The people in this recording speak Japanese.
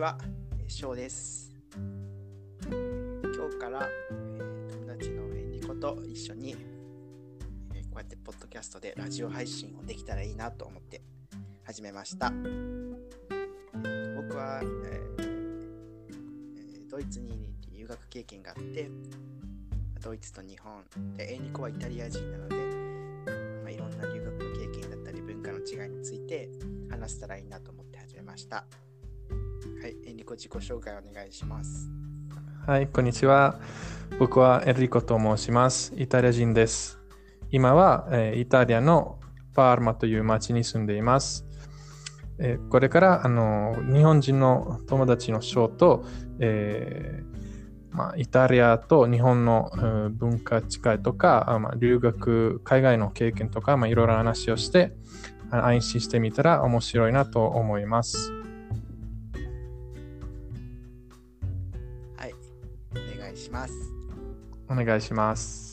は、翔です。今日から、友達のエンリコと一緒に、こうやってポッドキャストでラジオ配信をできたらいいなと思って始めました。僕は、ドイツに留学経験があって、ドイツと日本でエンリコはイタリア人なので、いろんな留学の経験だったり文化の違いについて話せたらいいなと思って始めました。はい、エンリコ自己紹介お願いします。 はい、こんにちは。僕はエンリコと申します。イタリア人です。今は、イタリアのパーマという町に住んでいます。これから日本人の友達の翔と、イタリアと日本の文化違いとか、留学、海外の経験とか、いろいろ話をして安心してみたら面白いなと思います。 はい、お願いします。 お願いします。